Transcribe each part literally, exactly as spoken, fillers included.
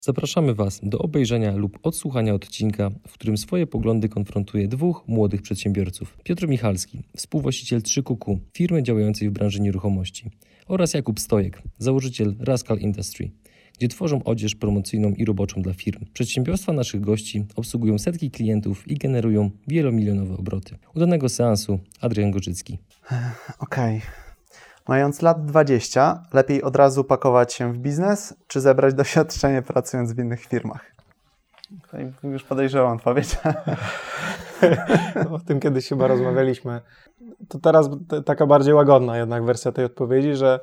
Zapraszamy Was do obejrzenia lub odsłuchania odcinka, w którym swoje poglądy konfrontuje dwóch młodych przedsiębiorców. Piotr Michalski, współwłaściciel trzy Q Q, firmy działającej w branży nieruchomości, oraz Jakub Stojek, założyciel Rascal Industry, gdzie tworzą odzież promocyjną i roboczą dla firm. Przedsiębiorstwa naszych gości obsługują setki klientów i generują wielomilionowe obroty. Udanego seansu, Adrian Gorzycki. Okej. Okay. Mając lat dwadzieścia, lepiej od razu pakować się w biznes, czy zebrać doświadczenie pracując w innych firmach? Tutaj już podejrzewam odpowiedź. No, o tym kiedyś chyba rozmawialiśmy. To teraz t- taka bardziej łagodna jednak wersja tej odpowiedzi, że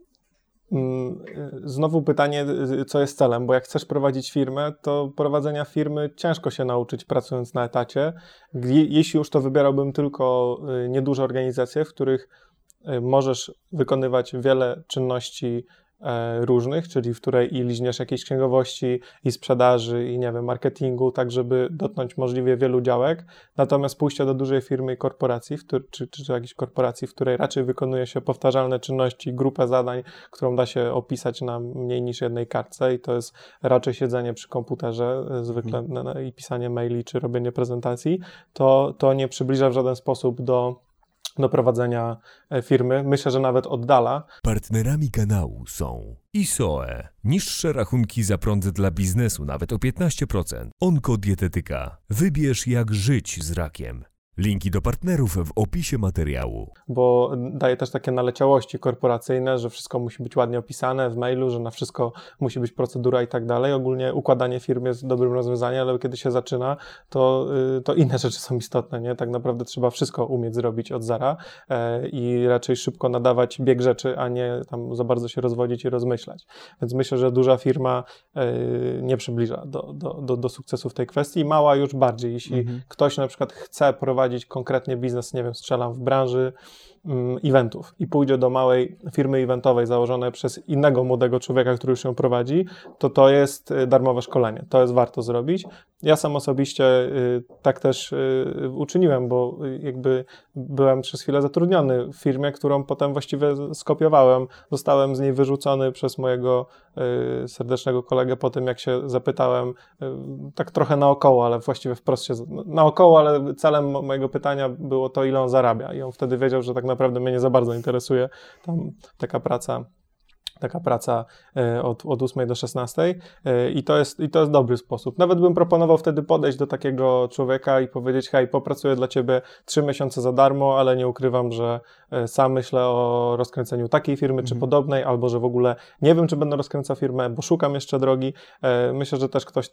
mm, znowu pytanie, co jest celem, bo jak chcesz prowadzić firmę, to prowadzenia firmy ciężko się nauczyć pracując na etacie. Jeśli już, to wybierałbym tylko nieduże organizacje, w których możesz wykonywać wiele czynności e, różnych, czyli w której i liźniesz jakiejś księgowości, i sprzedaży, i nie wiem, marketingu, tak żeby dotknąć możliwie wielu działek. Natomiast pójście do dużej firmy i korporacji, w któr, czy, czy, czy jakiejś korporacji, w której raczej wykonuje się powtarzalne czynności, grupę zadań, którą da się opisać na mniej niż jednej kartce i to jest raczej siedzenie przy komputerze zwykle na, na, i pisanie maili, czy robienie prezentacji, to, to nie przybliża w żaden sposób do do prowadzenia firmy. Myślę, że nawet oddala. Partnerami kanału są I S O E. Niższe rachunki za prąd dla biznesu nawet o piętnaście procent. Onkodietetyka. Wybierz, jak żyć z rakiem. Linki do partnerów w opisie materiału. Bo daje też takie naleciałości korporacyjne, że wszystko musi być ładnie opisane w mailu, że na wszystko musi być procedura i tak dalej. Ogólnie układanie firm jest dobrym rozwiązaniem, ale kiedy się zaczyna, to, to inne rzeczy są istotne, nie? Tak naprawdę trzeba wszystko umieć zrobić od zera e, i raczej szybko nadawać bieg rzeczy, a nie tam za bardzo się rozwodzić i rozmyślać. Więc myślę, że duża firma e, nie przybliża do, do, do, do sukcesu w tej kwestii. Mała już bardziej. Jeśli mhm. ktoś na przykład chce prowadzić konkretnie biznes, nie wiem, strzelam w branży um, eventów i pójdzie do małej firmy eventowej założonej przez innego młodego człowieka, który już ją prowadzi, to to jest darmowe szkolenie. To jest warto zrobić. Ja sam osobiście y, tak też y, uczyniłem, bo y, jakby byłem przez chwilę zatrudniony w firmie, którą potem właściwie skopiowałem. Zostałem z niej wyrzucony przez mojego y, serdecznego kolegę po tym, jak się zapytałem y, tak trochę naokoło, ale właściwie wprost się naokoło, ale celem mojego pytania było to, ile on zarabia i on wtedy wiedział, że tak naprawdę mnie nie za bardzo interesuje tam taka praca taka praca od, od ósmej do szesnastej i to jest, i to jest dobry sposób. Nawet bym proponował wtedy podejść do takiego człowieka i powiedzieć: hej, popracuję dla ciebie trzy miesiące za darmo, ale nie ukrywam, że sam myślę o rozkręceniu takiej firmy, czy podobnej, albo że w ogóle nie wiem, czy będę rozkręcał firmę, bo szukam jeszcze drogi. Myślę, że też ktoś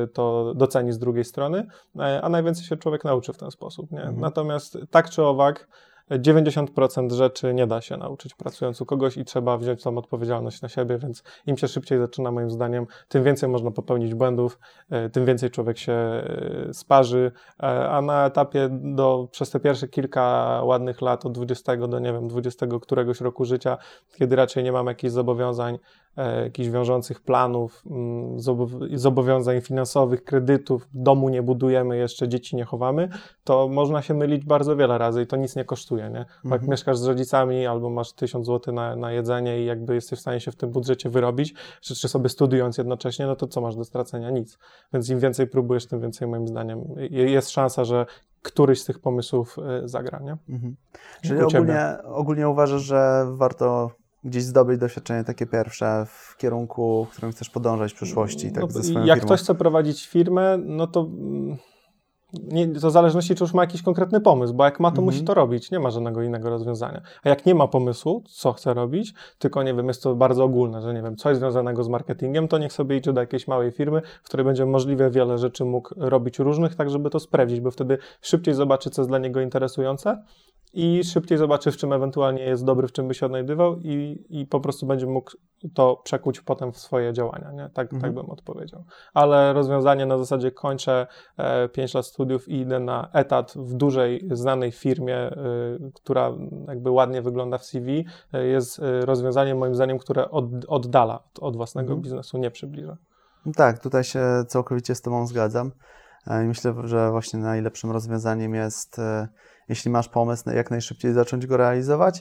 to doceni z drugiej strony, a najwięcej się człowiek nauczy w ten sposób, nie? Mhm. Natomiast tak czy owak, dziewięćdziesiąt procent rzeczy nie da się nauczyć pracując u kogoś i trzeba wziąć tą odpowiedzialność na siebie, więc im się szybciej zaczyna, moim zdaniem, tym więcej można popełnić błędów, tym więcej człowiek się sparzy, a na etapie do, przez te pierwsze kilka ładnych lat, od dwudziestego do, nie wiem, dwudziestego któregoś roku życia, kiedy raczej nie mam jakichś zobowiązań, jakichś wiążących planów, zobowiązań finansowych, kredytów, domu nie budujemy jeszcze, dzieci nie chowamy, to można się mylić bardzo wiele razy i to nic nie kosztuje, nie? Bo jak mhm. mieszkasz z rodzicami albo masz tysiąc złotych na, na jedzenie i jakby jesteś w stanie się w tym budżecie wyrobić, czy, czy sobie studiując jednocześnie, no to co masz do stracenia? Nic. Więc im więcej próbujesz, tym więcej, moim zdaniem, jest szansa, że któryś z tych pomysłów zagra, nie? Mhm. Czyli ogólnie, ogólnie uważasz, że warto gdzieś zdobyć doświadczenie takie pierwsze w kierunku, w którym chcesz podążać w przyszłości, tak, no, ze swoją jak firmą? ktoś chce prowadzić firmę, no to nie, to w zależności, czy już ma jakiś konkretny pomysł, bo jak ma, to mm-hmm. musi to robić, nie ma żadnego innego rozwiązania. A jak nie ma pomysłu, co chce robić, tylko nie wiem, jest to bardzo ogólne, że nie wiem, coś związanego z marketingiem, to niech sobie idzie do jakiejś małej firmy, w której będzie możliwie wiele rzeczy mógł robić różnych, tak żeby to sprawdzić, bo wtedy szybciej zobaczy, co jest dla niego interesujące i szybciej zobaczy, w czym ewentualnie jest dobry, w czym by się odnajdywał i, i po prostu będzie mógł to przekuć potem w swoje działania, nie? Tak, mhm. tak bym odpowiedział. Ale rozwiązanie na zasadzie kończę e, pięć lat studiów i idę na etat w dużej, znanej firmie, e, która jakby ładnie wygląda w C V, e, jest e, rozwiązaniem moim zdaniem, które od, oddala od własnego mhm. biznesu, nie przybliża. Tak, tutaj się całkowicie z Tobą zgadzam. Myślę, że właśnie najlepszym rozwiązaniem jest, jeśli masz pomysł, jak najszybciej zacząć go realizować,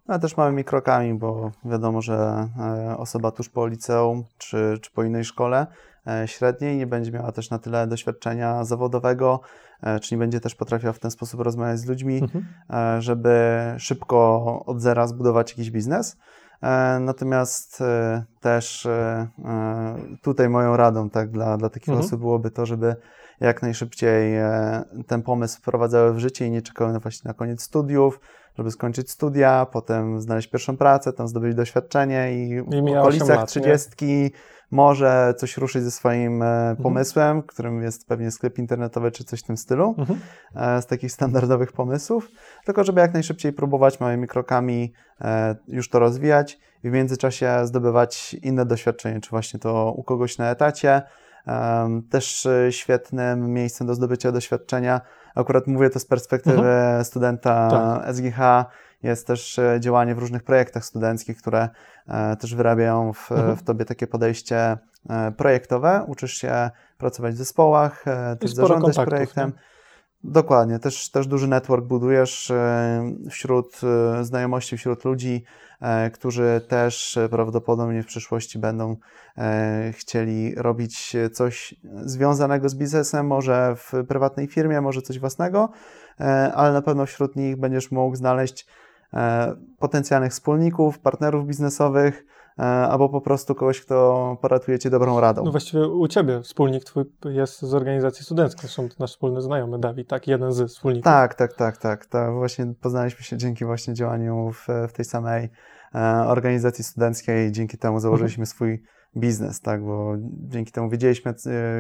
no, ale też małymi krokami, bo wiadomo, że osoba tuż po liceum czy, czy po innej szkole średniej nie będzie miała też na tyle doświadczenia zawodowego, czy nie będzie też potrafiła w ten sposób rozmawiać z ludźmi, mhm. żeby szybko od zera zbudować jakiś biznes. Natomiast też tutaj moją radą tak, dla, dla takich mhm. osób byłoby to, żeby jak najszybciej ten pomysł wprowadzały w życie i nie czekały na, właśnie na koniec studiów, żeby skończyć studia, potem znaleźć pierwszą pracę, tam zdobyć doświadczenie i, I w okolicach trzydziestki może coś ruszyć ze swoim mhm. pomysłem, którym jest pewnie sklep internetowy czy coś w tym stylu, mhm. z takich standardowych pomysłów, tylko żeby jak najszybciej próbować małymi krokami już to rozwijać i w międzyczasie zdobywać inne doświadczenie, czy właśnie to u kogoś na etacie. Też świetnym miejscem do zdobycia doświadczenia, akurat mówię to z perspektywy mhm. studenta tak. S G H, jest też działanie w różnych projektach studenckich, które też wyrabiają w, mhm. w tobie takie podejście projektowe. Uczysz się pracować w zespołach, też zarządzać projektem. Nie? Dokładnie, też, też duży network budujesz wśród znajomości, wśród ludzi, którzy też prawdopodobnie w przyszłości będą chcieli robić coś związanego z biznesem, może w prywatnej firmie, może coś własnego, ale na pewno wśród nich będziesz mógł znaleźć potencjalnych wspólników, partnerów biznesowych, albo po prostu kogoś, kto poratuje Cię dobrą radą. No właściwie u Ciebie wspólnik Twój jest z organizacji studenckiej, zresztą nasz wspólny znajomy Dawid, tak? Jeden ze wspólników. Tak, tak, tak, tak. To właśnie poznaliśmy się dzięki właśnie działaniu w, w tej samej e, organizacji studenckiej, dzięki temu założyliśmy mhm. swój biznes, tak? Bo dzięki temu wiedzieliśmy, e,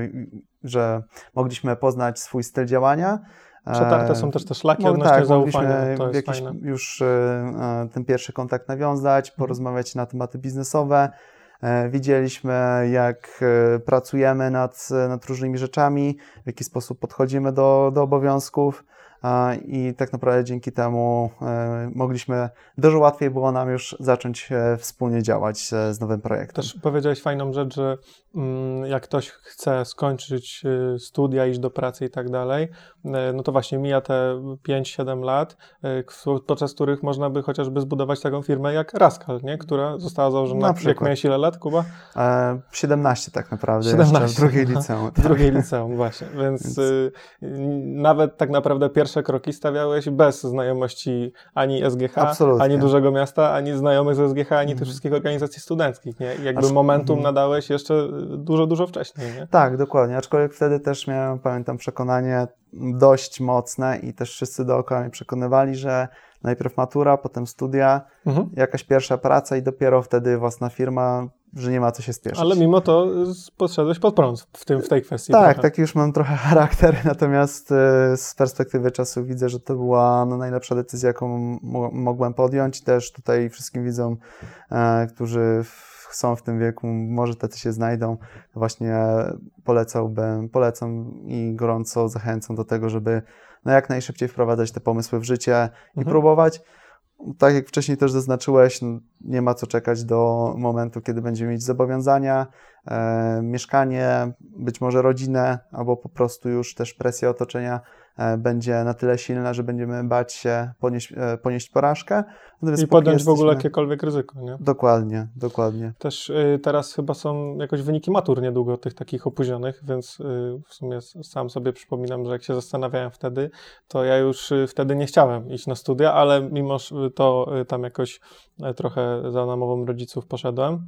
że mogliśmy poznać swój styl działania. Przetarte są też te szlaki no, odnośnie tak, zaufania. To jest jakiś fajne. już e, ten pierwszy kontakt nawiązać, porozmawiać na tematy biznesowe. E, widzieliśmy, jak e, pracujemy nad, nad różnymi rzeczami, w jaki sposób podchodzimy do, do obowiązków e, i tak naprawdę dzięki temu e, mogliśmy, dużo łatwiej było nam już zacząć e, wspólnie działać e, z nowym projektem. Też powiedziałeś fajną rzecz, że mm, jak ktoś chce skończyć y, studia, iść do pracy i tak dalej, y, no to właśnie mija te pięć siedem lat, y, podczas których można by chociażby zbudować taką firmę jak Raskal, nie? Która została założona, jak miałeś ile lat, Kuba? E, siedemnaście tak naprawdę, siedemnaście. w drugiej liceum. W drugiej liceum, właśnie, więc, więc... Y, nawet tak naprawdę pierwsze kroki stawiałeś bez znajomości ani S G H, Absolutnie. Ani dużego miasta, ani znajomych z S G H, ani mm. tych wszystkich organizacji studenckich, nie? Jakby Aż... momentum mm. nadałeś jeszcze dużo, dużo wcześniej, nie? Tak, dokładnie, aczkolwiek wtedy też miałem, pamiętam, przekonanie dość mocne i też wszyscy dookoła mnie przekonywali, że najpierw matura, potem studia, mhm. jakaś pierwsza praca i dopiero wtedy własna firma, że nie ma co się spieszyć. Ale mimo to podszedłeś pod prąd w, tym, w tej kwestii. Tak, trochę. taki już mam trochę charakter, natomiast z perspektywy czasu widzę, że to była no, najlepsza decyzja, jaką mogłem podjąć. Też tutaj wszystkim widzom, e, którzy są w tym wieku, może tacy się znajdą, właśnie polecałbym, polecam i gorąco zachęcam do tego, żeby no, jak najszybciej wprowadzać te pomysły w życie mhm. i próbować. Tak jak wcześniej też zaznaczyłeś, no, nie ma co czekać do momentu, kiedy będziemy mieć zobowiązania, e, mieszkanie, być może rodzinę, albo po prostu już też presja otoczenia e, będzie na tyle silna, że będziemy bać się ponieść, e, ponieść porażkę. Natomiast I podjąć jesteśmy... w ogóle jakiekolwiek ryzyko, nie? Dokładnie, dokładnie. Też y, teraz chyba są jakoś wyniki matur niedługo, tych takich opóźnionych, więc y, w sumie sam sobie przypominam, że jak się zastanawiałem wtedy, to ja już y, wtedy nie chciałem iść na studia, ale mimo to y, tam jakoś y, trochę za namową rodziców poszedłem.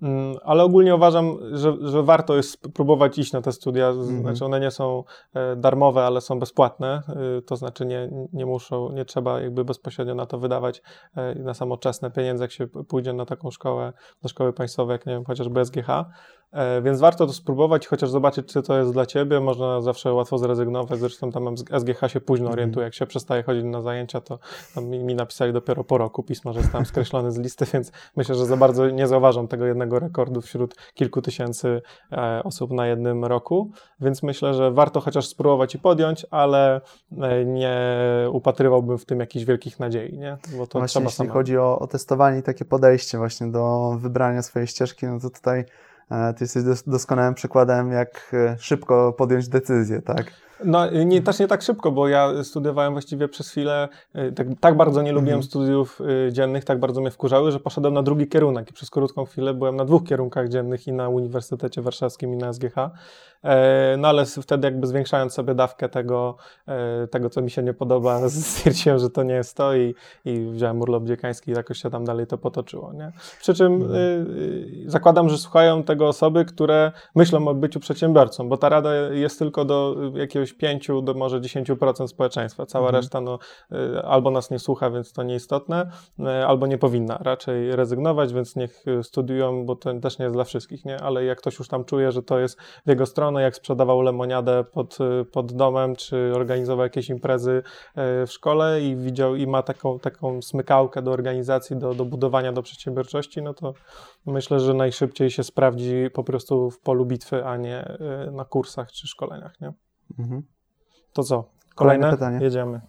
Ale ogólnie uważam, że, że warto jest próbować iść na te studia, mm-hmm. znaczy one nie są darmowe, ale są bezpłatne, to znaczy nie, nie muszą, nie trzeba jakby bezpośrednio na to wydawać na samoczesne pieniądze, jak się pójdzie na taką szkołę, do szkoły państwowej, jak nie wiem, chociażby S G H, więc warto to spróbować, chociaż zobaczyć, czy to jest dla Ciebie, można zawsze łatwo zrezygnować, zresztą tam S G H się późno orientuje, jak się przestaje chodzić na zajęcia, to tam mi, mi napisali dopiero po roku pismo, że jestem skreślony z listy, więc myślę, że za bardzo nie zauważam tego jednego rekordu wśród kilku tysięcy e, osób na jednym roku, więc myślę, że warto chociaż spróbować i podjąć, ale e, nie upatrywałbym w tym jakichś wielkich nadziei, nie? Bo to właśnie trzeba jeśli samemu. chodzi o, o testowanie i takie podejście właśnie do wybrania swojej ścieżki, no to tutaj Ty jesteś doskonałym przykładem, jak szybko podjąć decyzję, tak? No nie, też nie tak szybko, bo ja studiowałem właściwie przez chwilę, tak, tak bardzo nie lubiłem mhm. studiów dziennych, tak bardzo mnie wkurzały, że poszedłem na drugi kierunek i przez krótką chwilę byłem na dwóch kierunkach dziennych i na Uniwersytecie Warszawskim i na S G H. No ale wtedy jakby zwiększając sobie dawkę tego, tego co mi się nie podoba, stwierdziłem, że to nie jest to i, i wziąłem urlop dziekański i jakoś się tam dalej to potoczyło, nie? Przy czym mhm. y, zakładam, że słuchają tego osoby, które myślą o byciu przedsiębiorcą, bo ta rada jest tylko do jakiegoś pięciu do może dziesięciu procent społeczeństwa. Cała mhm. reszta no, y, albo nas nie słucha, więc to nieistotne, y, albo nie powinna raczej rezygnować, więc niech studiują, bo to też nie jest dla wszystkich, nie? Ale jak ktoś już tam czuje, że to jest w jego stronę, jak sprzedawał lemoniadę pod, pod domem, czy organizował jakieś imprezy w szkole i widział i ma taką, taką smykałkę do organizacji, do, do budowania, do przedsiębiorczości, no to myślę, że najszybciej się sprawdzi po prostu w polu bitwy, a nie na kursach czy szkoleniach, nie? Mhm. To co? Kolejne? Kolejne pytanie. Jedziemy.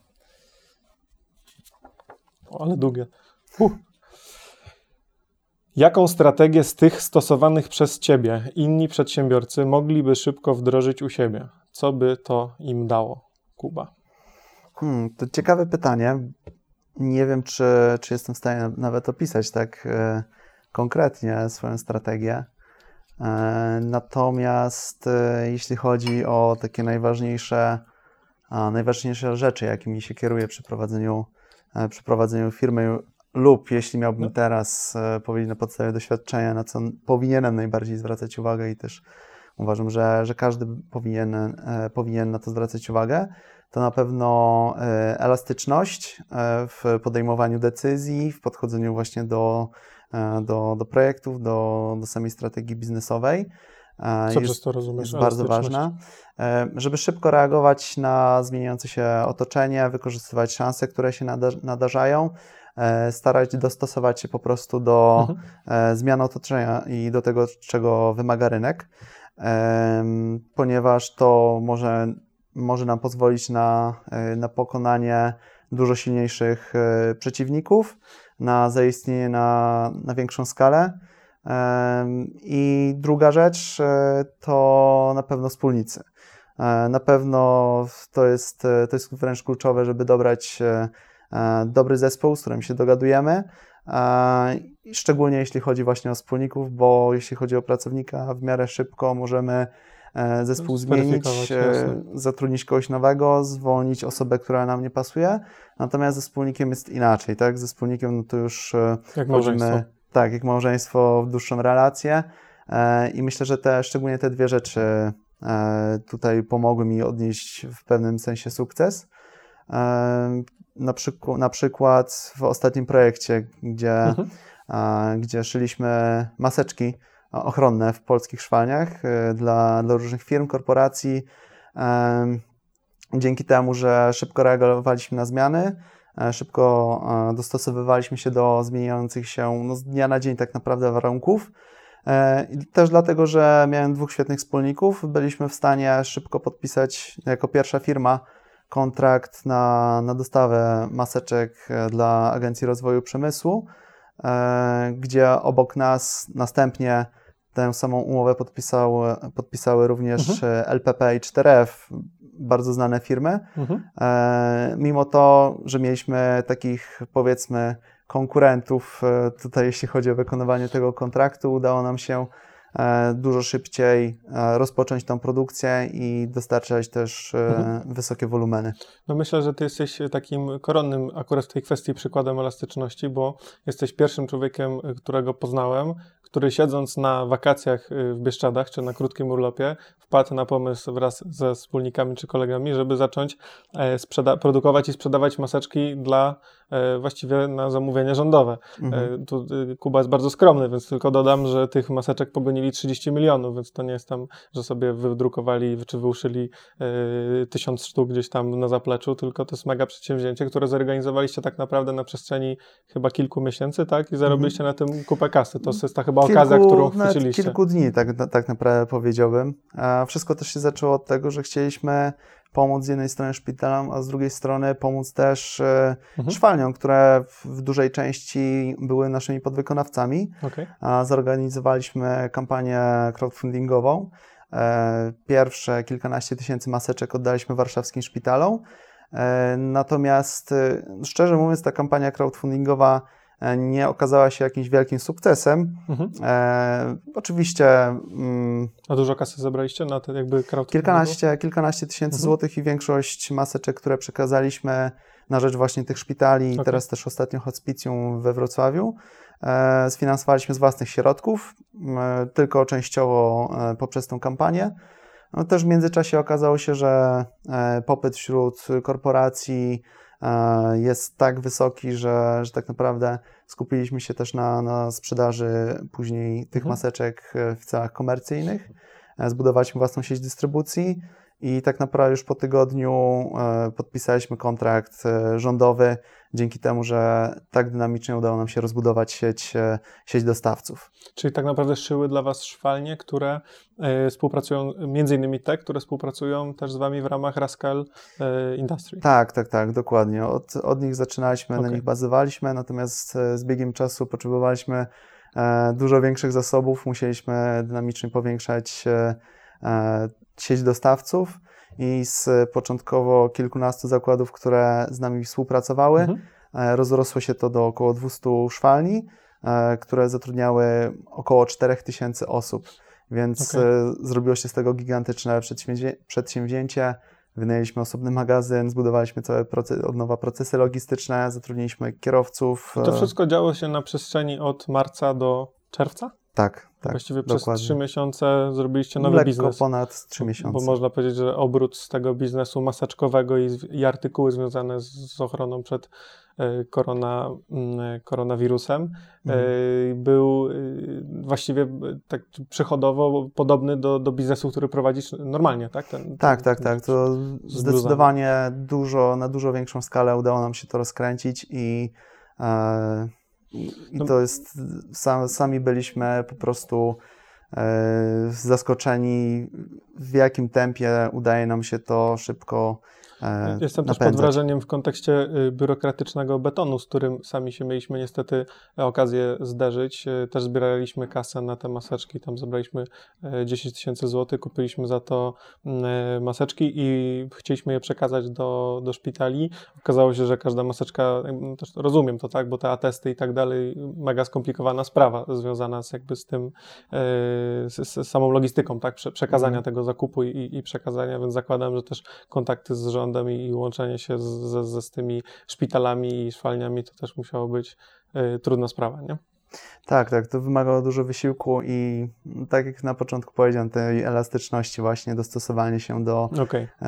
O, ale długie. Uh. Jaką strategię z tych stosowanych przez Ciebie inni przedsiębiorcy mogliby szybko wdrożyć u siebie? Co by to im dało, Kuba? Hmm, to ciekawe pytanie. Nie wiem, czy, czy jestem w stanie nawet opisać tak e, konkretnie swoją strategię. E, natomiast e, jeśli chodzi o takie najważniejsze, a, najważniejsze rzeczy, jakimi się kieruję przy prowadzeniu, e, przy prowadzeniu firmy, lub jeśli miałbym teraz e, powiedzieć na podstawie doświadczenia, na co powinienem najbardziej zwracać uwagę i też uważam, że, że każdy powinien, e, powinien na to zwracać uwagę, to na pewno e, elastyczność e, w podejmowaniu decyzji, w podchodzeniu właśnie do, e, do, do projektów, do, do samej strategii biznesowej. E, Co przez to rozumiesz? Jest bardzo ważna, e, żeby szybko reagować na zmieniające się otoczenie, wykorzystywać szanse, które się nada, nadarzają, starać dostosować się po prostu do mhm. zmian otoczenia i do tego, czego wymaga rynek, ponieważ to może, może nam pozwolić na, na pokonanie dużo silniejszych przeciwników, na zaistnienie na, na większą skalę. I druga rzecz to na pewno wspólnicy. Na pewno to jest, to jest wręcz kluczowe, żeby dobrać dobry zespół, z którym się dogadujemy, szczególnie jeśli chodzi właśnie o wspólników, bo jeśli chodzi o pracownika, w miarę szybko możemy zespół zmienić, zatrudnić kogoś nowego, zwolnić osobę, która nam nie pasuje, natomiast ze wspólnikiem jest inaczej, tak? Ze wspólnikiem no to już jak małżeństwo. Tak, jak małżeństwo w dłuższą relację i myślę, że te, szczególnie te dwie rzeczy tutaj pomogły mi odnieść w pewnym sensie sukces. Na, przyku, na przykład w ostatnim projekcie, gdzie, mhm. a, gdzie szyliśmy maseczki ochronne w polskich szwalniach y, dla, dla różnych firm, korporacji. Y, dzięki temu, że szybko reagowaliśmy na zmiany, y, szybko y, dostosowywaliśmy się do zmieniających się no, z dnia na dzień tak naprawdę warunków. Y, też dlatego, że miałem dwóch świetnych wspólników, byliśmy w stanie szybko podpisać jako pierwsza firma kontrakt na, na dostawę maseczek dla Agencji Rozwoju Przemysłu, e, gdzie obok nas następnie tę samą umowę podpisały, podpisały również mhm. L P P i cztery F, bardzo znane firmy. Mhm. E, mimo to, że mieliśmy takich, powiedzmy, konkurentów e, tutaj, jeśli chodzi o wykonywanie tego kontraktu, udało nam się dużo szybciej rozpocząć tą produkcję i dostarczać też mhm. wysokie wolumeny. No myślę, że ty jesteś takim koronnym akurat w tej kwestii przykładem elastyczności, bo jesteś pierwszym człowiekiem, którego poznałem, który siedząc na wakacjach w Bieszczadach czy na krótkim urlopie wpadł na pomysł wraz ze wspólnikami czy kolegami, żeby zacząć sprzeda- produkować i sprzedawać maseczki dla właściwie na zamówienie rządowe. Mhm. Tu Kuba jest bardzo skromny, więc tylko dodam, że tych maseczek pogonili trzydzieści milionów, więc to nie jest tam, że sobie wydrukowali czy wyuszyli tysiąc sztuk gdzieś tam na zapleczu, tylko to jest mega przedsięwzięcie, które zorganizowaliście tak naprawdę na przestrzeni chyba kilku miesięcy, tak? I zarobiliście mhm. na tym kupę kasy. To jest ta chyba kilku, okazja, którą chwyciliście. Kilku dni, tak, tak naprawdę powiedziałbym. A wszystko też się zaczęło od tego, że chcieliśmy pomóc z jednej strony szpitalom, a z drugiej strony pomóc też mhm. szwalniom, które w dużej części były naszymi podwykonawcami. Okay. A zorganizowaliśmy kampanię crowdfundingową, Pierwsze kilkanaście tysięcy maseczek oddaliśmy warszawskim szpitalom. Natomiast szczerze mówiąc, ta kampania crowdfundingowa nie okazała się jakimś wielkim sukcesem. Mhm. E, oczywiście... Mm, A dużo kasy zebraliście na to jakby crowdfundingu? Kilkanaście, kilkanaście tysięcy mhm. złotych i większość maseczek, które przekazaliśmy na rzecz właśnie tych szpitali i okay. teraz też ostatnio hospicjum we Wrocławiu, e, sfinansowaliśmy z własnych środków, e, tylko częściowo e, poprzez tą kampanię. No, też w międzyczasie okazało się, że e, popyt wśród korporacji jest tak wysoki, że, że tak naprawdę skupiliśmy się też na, na sprzedaży później tych mhm. maseczek w celach komercyjnych. Zbudowaliśmy własną sieć dystrybucji i tak naprawdę już po tygodniu podpisaliśmy kontrakt rządowy, dzięki temu, że tak dynamicznie udało nam się rozbudować sieć, sieć dostawców. Czyli tak naprawdę szyły dla Was szwalnie, które y, współpracują, między innymi te, które współpracują też z Wami w ramach Rascal y, Industry. Tak, tak, tak, dokładnie. Od, od nich zaczynaliśmy, okay. na nich bazowaliśmy, natomiast z biegiem czasu potrzebowaliśmy e, dużo większych zasobów, musieliśmy dynamicznie powiększać e, sieć dostawców. I z początkowo kilkunastu zakładów, które z nami współpracowały, mhm. rozrosło się to do około dwustu szwalni, które zatrudniały około czterech tysięcy osób. Więc okay. zrobiło się z tego gigantyczne przedsięwzięcie. Wynajęliśmy osobny magazyn, zbudowaliśmy całe proces, od nowa procesy logistyczne, zatrudniliśmy kierowców. To wszystko działo się na przestrzeni od marca do czerwca? Tak, tak. Właściwie dokładnie. Przez trzy miesiące zrobiliście nowy Lekko biznes. ponad trzy miesiące. Bo można powiedzieć, że obrót z tego biznesu maseczkowego i, i artykuły związane z, z ochroną przed y, korona, y, koronawirusem mhm. y, był y, właściwie y, tak przychodowo podobny do, do biznesu, który prowadzisz normalnie, tak? Ten, tak, ten, tak, tak. To zdecydowanie dużo, na dużo większą skalę udało nam się to rozkręcić i e, I to jest, sam, sami byliśmy po prostu e, zaskoczeni, w jakim tempie udaje nam się to szybko e, Jestem napędzać. też pod wrażeniem w kontekście biurokratycznego betonu, z którym sami się mieliśmy niestety okazję zderzyć. Też zbieraliśmy kasę na te maseczki, tam zebraliśmy dziesięć tysięcy złotych, kupiliśmy za to maseczki i chcieliśmy je przekazać do, do szpitali. Okazało się, że każda maseczka, też rozumiem to, tak, bo te atesty i tak dalej, mega skomplikowana sprawa związana z jakby z tym, z, z samą logistyką, tak, przekazania mm. tego zakupu i, i przekazania, więc zakładam, że też kontakty z rządem I, i łączenie się z, z, z tymi szpitalami i szwalniami to też musiało być y, trudna sprawa, nie? Tak, tak, to wymagało dużo wysiłku i tak jak na początku powiedziałem, tej elastyczności właśnie, dostosowanie się do okay. y,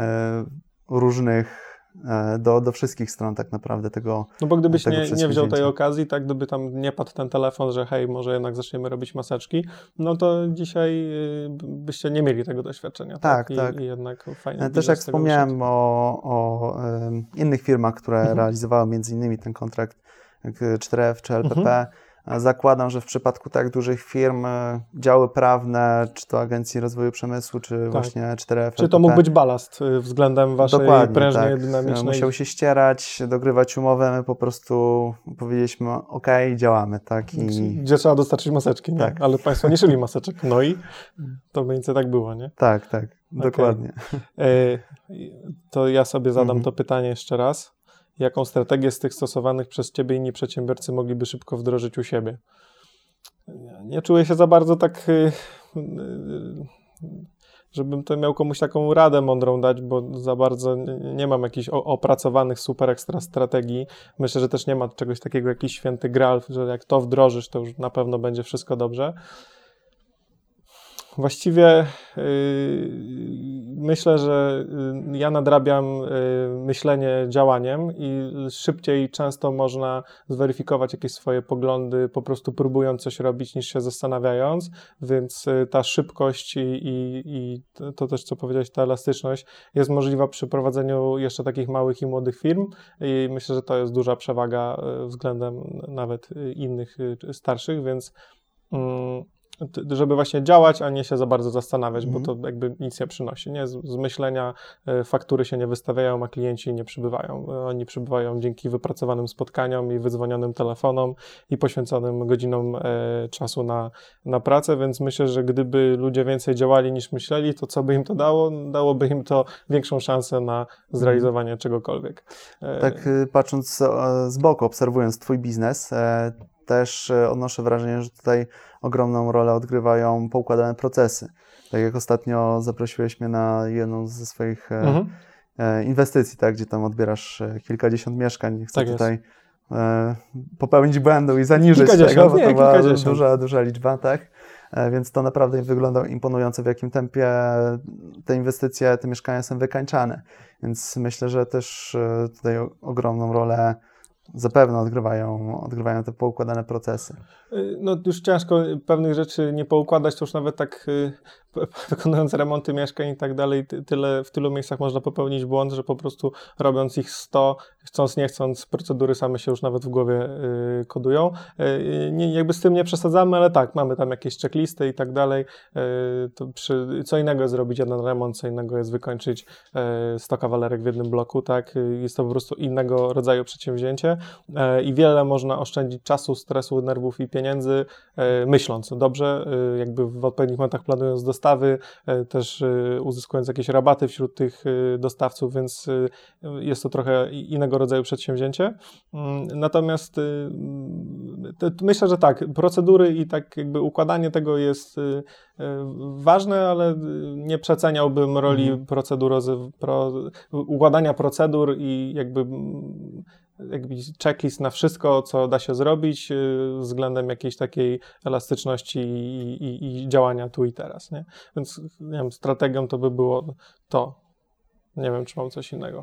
różnych Do, do wszystkich stron tak naprawdę tego No bo gdybyś nie, nie wziął tej okazji, tak, gdyby tam nie padł ten telefon, że hej, może jednak zaczniemy robić maseczki, no to dzisiaj byście nie mieli tego doświadczenia. Tak, tak. tak. I, i jednak fajnie. Też jak wspomniałem o, o um, innych firmach, które mhm. realizowały między innymi ten kontrakt jak cztery F czy L P P, mhm. zakładam, że w przypadku tak dużych firm działy prawne, czy to Agencji Rozwoju Przemysłu, czy tak. właśnie cztery F. Czy to mógł być balast względem waszej Dokładnie, prężnej, tak. dynamicznej... Musiał się ścierać, dogrywać umowę, my po prostu powiedzieliśmy ok, działamy, tak. I... Gdzie trzeba dostarczyć maseczki, nie? Tak. Ale państwo nie szyli maseczek, no i to mniej więcej tak było, nie? Tak, tak, okay. dokładnie. To ja sobie zadam mhm. to pytanie jeszcze raz. Jaką strategię z tych stosowanych przez Ciebie inni przedsiębiorcy mogliby szybko wdrożyć u siebie? Nie czuję się za bardzo tak, żebym to miał komuś taką radę mądrą dać, bo za bardzo nie mam jakichś opracowanych super ekstra strategii. Myślę, że też nie ma czegoś takiego, jakiś święty graal, że jak to wdrożysz, to już na pewno będzie wszystko dobrze. Właściwie yy, myślę, że yy, ja nadrabiam yy, myślenie działaniem i szybciej często można zweryfikować jakieś swoje poglądy, po prostu próbując coś robić, niż się zastanawiając, więc yy, ta szybkość i, i, i to też, co powiedziałeś, ta elastyczność jest możliwa przy prowadzeniu jeszcze takich małych i młodych firm i myślę, że to jest duża przewaga yy, względem nawet yy, innych yy, starszych, więc yy, żeby właśnie działać, a nie się za bardzo zastanawiać, Mhm. bo to jakby nic nie przynosi, nie? Z, z myślenia faktury się nie wystawiają, a klienci nie przybywają. Oni przybywają dzięki wypracowanym spotkaniom i wydzwonionym telefonom i poświęconym godzinom e, czasu na, na pracę, więc myślę, że gdyby ludzie więcej działali niż myśleli, to co by im to dało? Dałoby im to większą szansę na zrealizowanie czegokolwiek. E, Tak y, patrząc e, z boku, obserwując Twój biznes, e, też e, odnoszę wrażenie, że tutaj ogromną rolę odgrywają poukładane procesy. Tak jak ostatnio zaprosiłeś mnie na jedną ze swoich e, mhm. e, inwestycji, tak, gdzie tam odbierasz e, kilkadziesiąt mieszkań. Nie chcę Tak tutaj e, popełnić błędu i zaniżyć Kilkadziesiąt, tego, bo nie, to była kilkadziesiąt. duża, duża liczba, tak? E, więc to naprawdę wygląda imponująco, w jakim tempie te inwestycje, te mieszkania są wykańczane. Więc myślę, że też e, tutaj o- ogromną rolę zapewne odgrywają, odgrywają te poukładane procesy. No już ciężko pewnych rzeczy nie poukładać, to już nawet tak y, p- wykonując remonty mieszkań i tak dalej, ty, tyle, w tylu miejscach można popełnić błąd, że po prostu robiąc ich sto, chcąc nie chcąc, procedury same się już nawet w głowie y, kodują. Y, nie, jakby z tym nie przesadzamy, ale tak, mamy tam jakieś checklisty i tak dalej. Y, to przy, co innego jest zrobić jeden remont, co innego jest wykończyć y, sto kawalerek w jednym bloku, tak? Y, jest to po prostu innego rodzaju przedsięwzięcie y, i wiele można oszczędzić czasu, stresu, nerwów i pieniędzy, e, myśląc dobrze, e, jakby w odpowiednich momentach planując dostawy, e, też e, uzyskując jakieś rabaty wśród tych e, dostawców, więc e, jest to trochę innego rodzaju przedsięwzięcie. Mm, Natomiast e, to, to myślę, że tak, procedury i tak jakby układanie tego jest e, e, ważne, ale nie przeceniałbym roli Mhm. procedurozy, pro, układania procedur i jakby mm, jakby checklist na wszystko, co da się zrobić yy, względem jakiejś takiej elastyczności i, i, i działania tu i teraz, nie? Więc, nie wiem, strategią to by było to. Nie wiem, czy mam coś innego.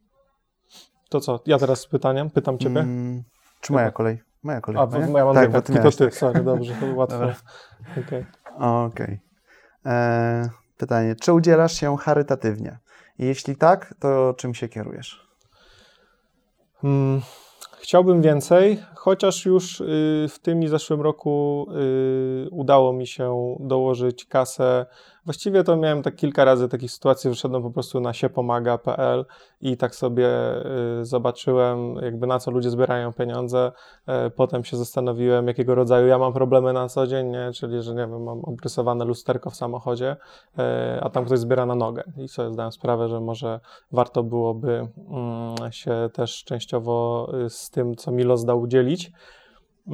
To co? Ja teraz z pytaniem, pytam ciebie. Mm, czy moja kolej? Moja kolej. A, moja? bo ja mam tak, dwie bo ty kartki, to miałeś, ty, tak. sorry, dobrze, to łatwo. Dobra. Okay. Okej. E, Pytanie, czy udzielasz się charytatywnie? I jeśli tak, to czym się kierujesz? Hmm. Chciałbym więcej, chociaż już y, w tym i zeszłym roku y, udało mi się dołożyć kasę. Właściwie to miałem tak kilka razy takich sytuacji, że szedłem po prostu na siepomaga kropka pe el i tak sobie y, zobaczyłem, jakby na co ludzie zbierają pieniądze. Y, potem się zastanowiłem, jakiego rodzaju ja mam problemy na co dzień, nie? Czyli, że nie wiem, mam obrysowane lusterko w samochodzie, y, a tam ktoś zbiera na nogę. I sobie zdałem sprawę, że może warto byłoby y, się też częściowo y, z tym, co mi los dał, dzielić. Y,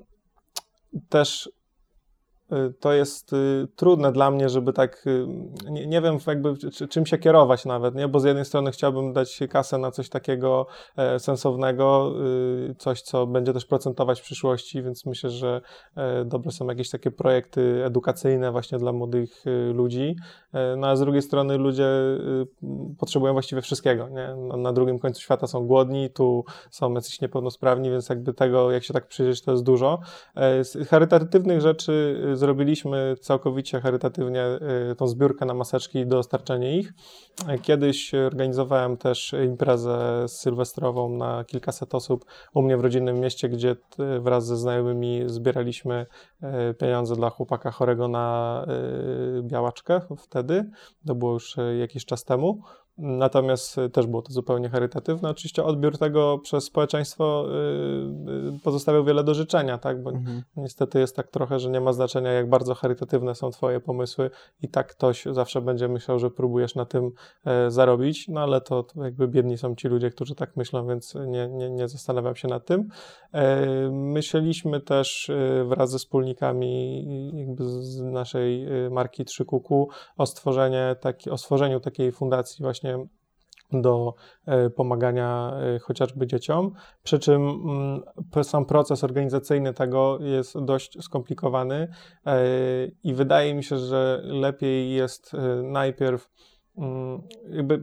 też to jest y, trudne dla mnie, żeby tak, y, nie, nie wiem jakby czy, czym się kierować nawet, nie? Bo z jednej strony chciałbym dać kasę na coś takiego e, sensownego, y, coś, co będzie też procentować w przyszłości, więc myślę, że e, dobre są jakieś takie projekty edukacyjne właśnie dla młodych y, ludzi, e, no a z drugiej strony ludzie y, potrzebują właściwie wszystkiego, nie? Na, na drugim końcu świata są głodni, tu są jacyś niepełnosprawni, więc jakby tego, jak się tak przyjrzeć, to jest dużo. E, z charytatywnych rzeczy zrobiliśmy całkowicie charytatywnie tą zbiórkę na maseczki i dostarczenie ich. Kiedyś organizowałem też imprezę sylwestrową na kilkaset osób u mnie w rodzinnym mieście, gdzie wraz ze znajomymi zbieraliśmy pieniądze dla chłopaka chorego na białaczkę wtedy. To było już jakiś czas temu. Natomiast też było to zupełnie charytatywne. Oczywiście odbiór tego przez społeczeństwo yy, pozostawiał wiele do życzenia, tak? Bo Mhm. niestety jest tak trochę, że nie ma znaczenia, jak bardzo charytatywne są twoje pomysły i tak ktoś zawsze będzie myślał, że próbujesz na tym e, zarobić, no ale to, to jakby biedni są ci ludzie, którzy tak myślą, więc nie, nie, nie zastanawiam się nad tym. E, myśleliśmy też e, wraz ze wspólnikami jakby z naszej marki trzy Q Q o stworzenie taki, o stworzeniu takiej fundacji właśnie do e, pomagania e, chociażby dzieciom, przy czym m, sam proces organizacyjny tego jest dość skomplikowany e, i wydaje mi się, że lepiej jest e, najpierw m, jakby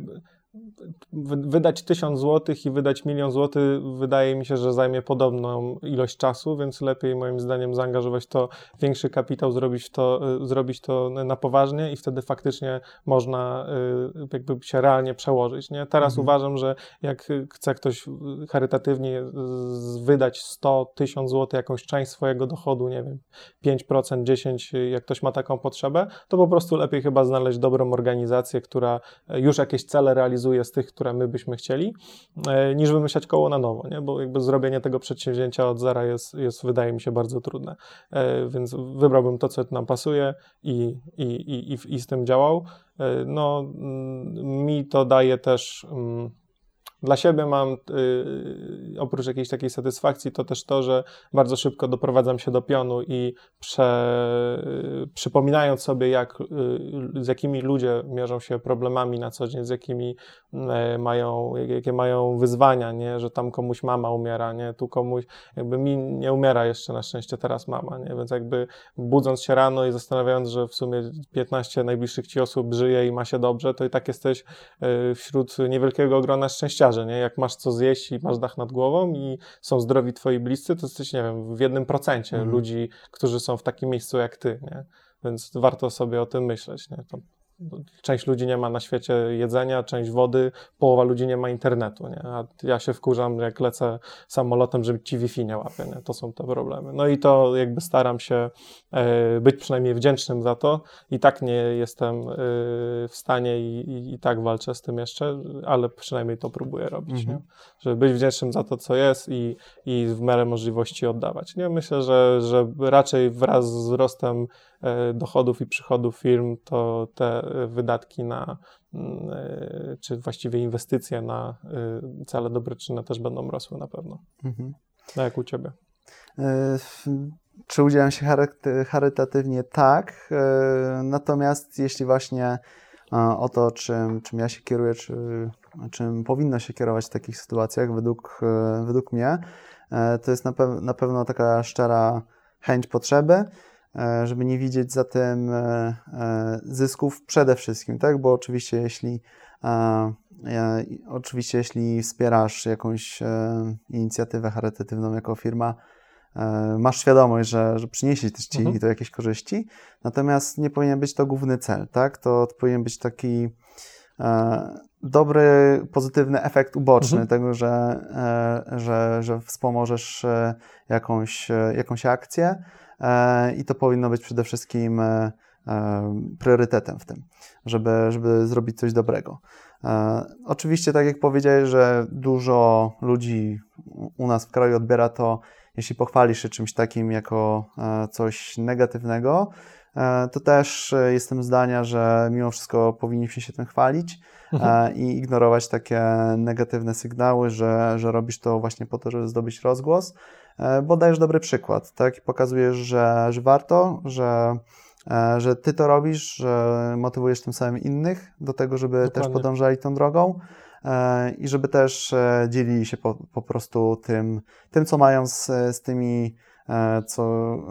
wydać tysiąc złotych i wydać milion złotych wydaje mi się, że zajmie podobną ilość czasu, więc lepiej moim zdaniem zaangażować to większy kapitał, zrobić to, zrobić to na poważnie i wtedy faktycznie można jakby się realnie przełożyć. Nie? Teraz mhm. uważam, że jak chce ktoś charytatywnie wydać sto tysiąc złotych, jakąś część swojego dochodu, nie wiem, pięć procent, dziesięć procent, jak ktoś ma taką potrzebę, to po prostu lepiej chyba znaleźć dobrą organizację, która już jakieś cele realizuje z tych, które my byśmy chcieli, niż wymyślać koło na nowo, nie? Bo jakby zrobienie tego przedsięwzięcia od zera jest, jest wydaje mi się, bardzo trudne. Więc wybrałbym to, co nam pasuje i, i, i, i, i z tym działał. No, mi to daje też... Dla siebie mam, yy, oprócz jakiejś takiej satysfakcji, to też to, że bardzo szybko doprowadzam się do pionu i prze, yy, przypominając sobie, jak, yy, z jakimi ludzie mierzą się problemami na co dzień, z jakimi yy, mają, jakie mają wyzwania, nie? Że tam komuś mama umiera, nie? Tu komuś, jakby mi nie umiera jeszcze na szczęście teraz mama, nie? Więc jakby budząc się rano i zastanawiając, że w sumie piętnaście najbliższych ci osób żyje i ma się dobrze, to i tak jesteś yy, wśród niewielkiego grona szczęściarzy. Nie? Jak masz co zjeść i masz dach nad głową i są zdrowi twoi bliscy, to jesteś, nie wiem, w jednym procencie mm. ludzi, którzy są w takim miejscu jak ty, nie? Więc warto sobie o tym myśleć, nie? To część ludzi nie ma na świecie jedzenia, część wody, połowa ludzi nie ma internetu, nie? A ja się wkurzam, jak lecę samolotem, żeby ci Wi-Fi nie łapie, nie? To są te problemy. No i to jakby staram się e, być przynajmniej wdzięcznym za to. I tak nie jestem e, w stanie i, i, i tak walczę z tym jeszcze, ale przynajmniej to próbuję robić, mhm. nie? Żeby być wdzięcznym za to, co jest i, i w miarę możliwości oddawać. Nie? Myślę, że, że raczej wraz z wzrostem dochodów i przychodów firm, to te wydatki na, czy właściwie inwestycje na cele dobroczynne też będą rosły na pewno. Mhm. A jak u Ciebie? Czy udzielam się chary- charytatywnie? Tak. Natomiast jeśli właśnie o to, czym, czym ja się kieruję, czy czym powinno się kierować w takich sytuacjach, według, według mnie, to jest na, pe- na pewno taka szczera chęć potrzeby, żeby nie widzieć za tym zysków przede wszystkim, tak? Bo oczywiście jeśli oczywiście jeśli wspierasz jakąś inicjatywę charytatywną jako firma, masz świadomość, że, że przyniesie też ci mhm. to jakieś korzyści, natomiast nie powinien być to główny cel, tak? To, to powinien być taki dobry, pozytywny efekt uboczny mhm. tego, że, że, że wspomożesz jakąś, jakąś akcję. I to powinno być przede wszystkim priorytetem w tym, żeby, żeby zrobić coś dobrego. Oczywiście, tak jak powiedziałeś, że dużo ludzi u nas w kraju odbiera to, jeśli pochwalisz się czymś takim jako coś negatywnego, to też jestem zdania, że mimo wszystko powinniśmy się tym chwalić mhm. i ignorować takie negatywne sygnały, że, że robisz to właśnie po to, żeby zdobyć rozgłos, bo dajesz dobry przykład, tak? I pokazujesz, że, że warto, że, że ty to robisz, że motywujesz tym samym innych do tego, żeby Dokładnie. też podążali tą drogą i żeby też dzielili się po, po prostu tym, tym, co mają z, z tymi, co,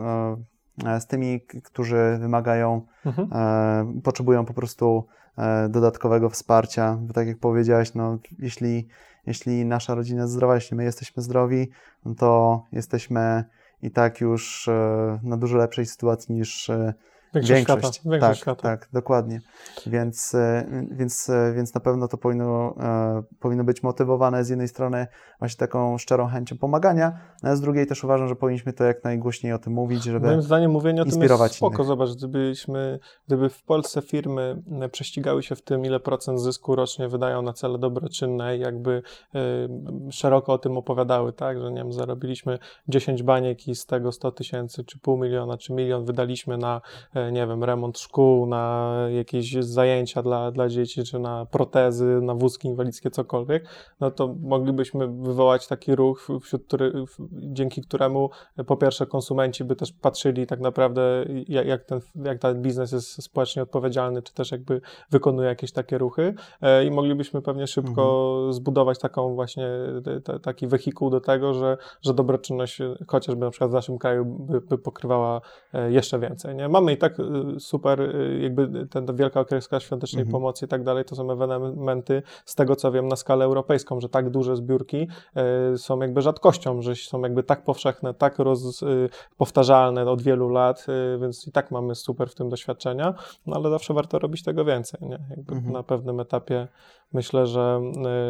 z tymi, którzy wymagają, mhm. potrzebują po prostu dodatkowego wsparcia. Bo tak jak powiedziałeś, no, jeśli, jeśli nasza rodzina jest zdrowa, jeśli my jesteśmy zdrowi, no to jesteśmy i tak już na dużo lepszej sytuacji niż Większość większość. Świata. Większość tak, świata. tak, dokładnie. Więc, więc, więc na pewno to powinno, powinno być motywowane z jednej strony właśnie taką szczerą chęcią pomagania, a z drugiej też uważam, że powinniśmy to jak najgłośniej o tym mówić, żeby Moim zdaniem mówienie o tym jest spoko. Innych. Zobacz, gdybyśmy, gdyby w Polsce firmy prześcigały się w tym, ile procent zysku rocznie wydają na cele dobroczynne i jakby y, szeroko o tym opowiadały, tak, że nie wiem, zarobiliśmy dziesięć baniek i z tego sto tysięcy, czy pół miliona, czy milion wydaliśmy na nie wiem, remont szkół, na jakieś zajęcia dla, dla dzieci, czy na protezy, na wózki inwalidzkie, cokolwiek, no to moglibyśmy wywołać taki ruch, wśród który, dzięki któremu po pierwsze konsumenci by też patrzyli tak naprawdę, jak, jak, ten, jak ten biznes jest społecznie odpowiedzialny, czy też jakby wykonuje jakieś takie ruchy e, i moglibyśmy pewnie szybko mhm. zbudować taką właśnie t, taki wehikuł do tego, że, że dobroczynność chociażby na przykład w naszym kraju by, by pokrywała jeszcze więcej. Nie? Mamy i tak tak super, jakby ten, ta wielka okreska świątecznej Mhm. pomocy i tak dalej, to są ewenementy, z tego co wiem, na skalę europejską, że tak duże zbiórki y, są jakby rzadkością, że są jakby tak powszechne, tak roz, y, powtarzalne od wielu lat, y, więc i tak mamy super w tym doświadczenia, no ale zawsze warto robić tego więcej, nie? Jakby Mhm. na pewnym etapie myślę, że